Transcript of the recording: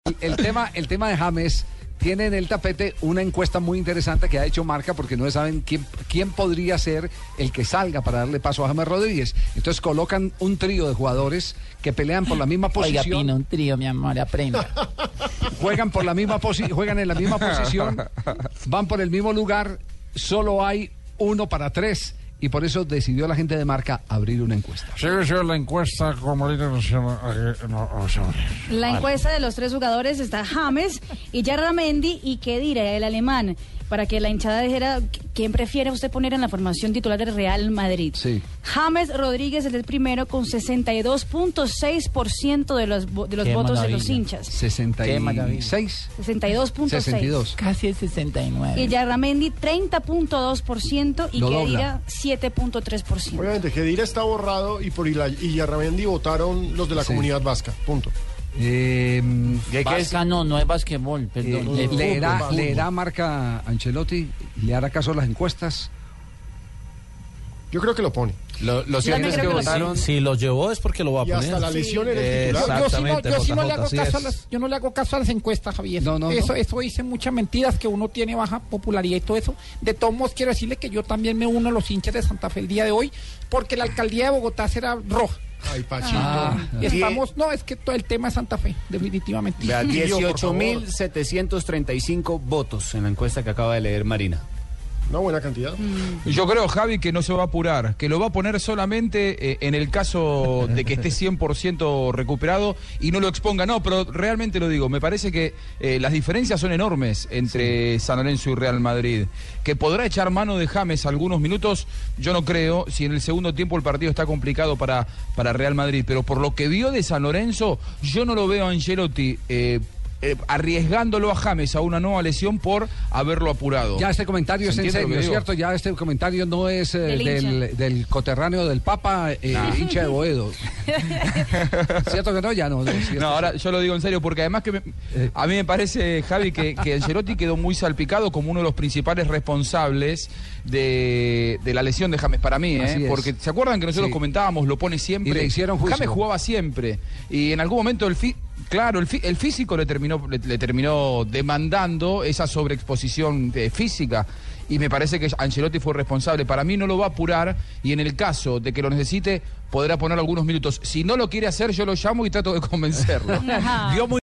El tema de James tiene en el tapete una encuesta muy interesante que ha hecho Marca porque no saben quién podría ser el que salga para darle paso a James Rodríguez. Entonces colocan un trío de jugadores que pelean por la misma posición. Oiga, Pino, un trío, mi amor, aprenda. Juegan en la misma posición, van por el mismo lugar, solo hay uno para tres. Y por eso decidió la gente de Marca abrir una encuesta. Sí, la encuesta como líder nacional. La encuesta de los tres jugadores está James y Yarramendi y Khedira, el alemán, para que la hinchada dijera quién prefiere usted poner en la formación titular del Real Madrid. Sí. James Rodríguez es el primero con 62.6% de los votos de los hinchas. 66. 62.6. Casi el 69. Y Yarramendi 30.2% y Khedira 7.3%. Obviamente, Khedira está borrado y Yarramendi votaron los de la comunidad vasca. Punto. Vasca no es basquetbol, perdón. ¿Leerá Marca Ancelotti? ¿Le hará caso a las encuestas? Yo creo que lo pone. Lo cierto es que votaron. Si lo llevó es porque lo va a poner. Y hasta la lesión en el titular. Yo no le hago caso a las encuestas, Javier. Eso dice muchas mentiras, que uno tiene baja popularidad y todo eso. De todos modos, quiero decirle que yo también me uno a los hinchas de Santa Fe el día de hoy, porque la alcaldía de Bogotá será roja. Ay, Pachito. Es que todo el tema es Santa Fe, definitivamente. 18.735 votos en la encuesta que acaba de leer Marina. Una buena cantidad. Yo creo, Javi, que no se va a apurar, que lo va a poner solamente en el caso de que esté 100% recuperado y no lo exponga. No, pero realmente lo digo, me parece que las diferencias son enormes entre San Lorenzo y Real Madrid. Que podrá echar mano de James algunos minutos, yo no creo, si en el segundo tiempo el partido está complicado para Real Madrid. Pero por lo que vio de San Lorenzo, yo no lo veo a Ancelotti arriesgándolo a James a una nueva lesión por haberlo apurado. Ya este comentario es en serio, ¿es cierto? Ya este comentario no es del coterráneo del Papa, hincha de Boedo. ¿Cierto que no? Ya no. No, ahora yo lo digo en serio, porque además que a mí me parece, Javi, que Ancelotti quedó muy salpicado como uno de los principales responsables de la lesión de James, para mí, porque ¿se acuerdan que nosotros comentábamos, lo pone siempre? Y le hicieron juicio. James jugaba siempre, y en algún momento el físico le terminó demandando esa sobreexposición física, y me parece que Ancelotti fue responsable. Para mí no lo va a apurar, y en el caso de que lo necesite podrá poner algunos minutos. Si no lo quiere hacer, yo lo llamo y trato de convencerlo.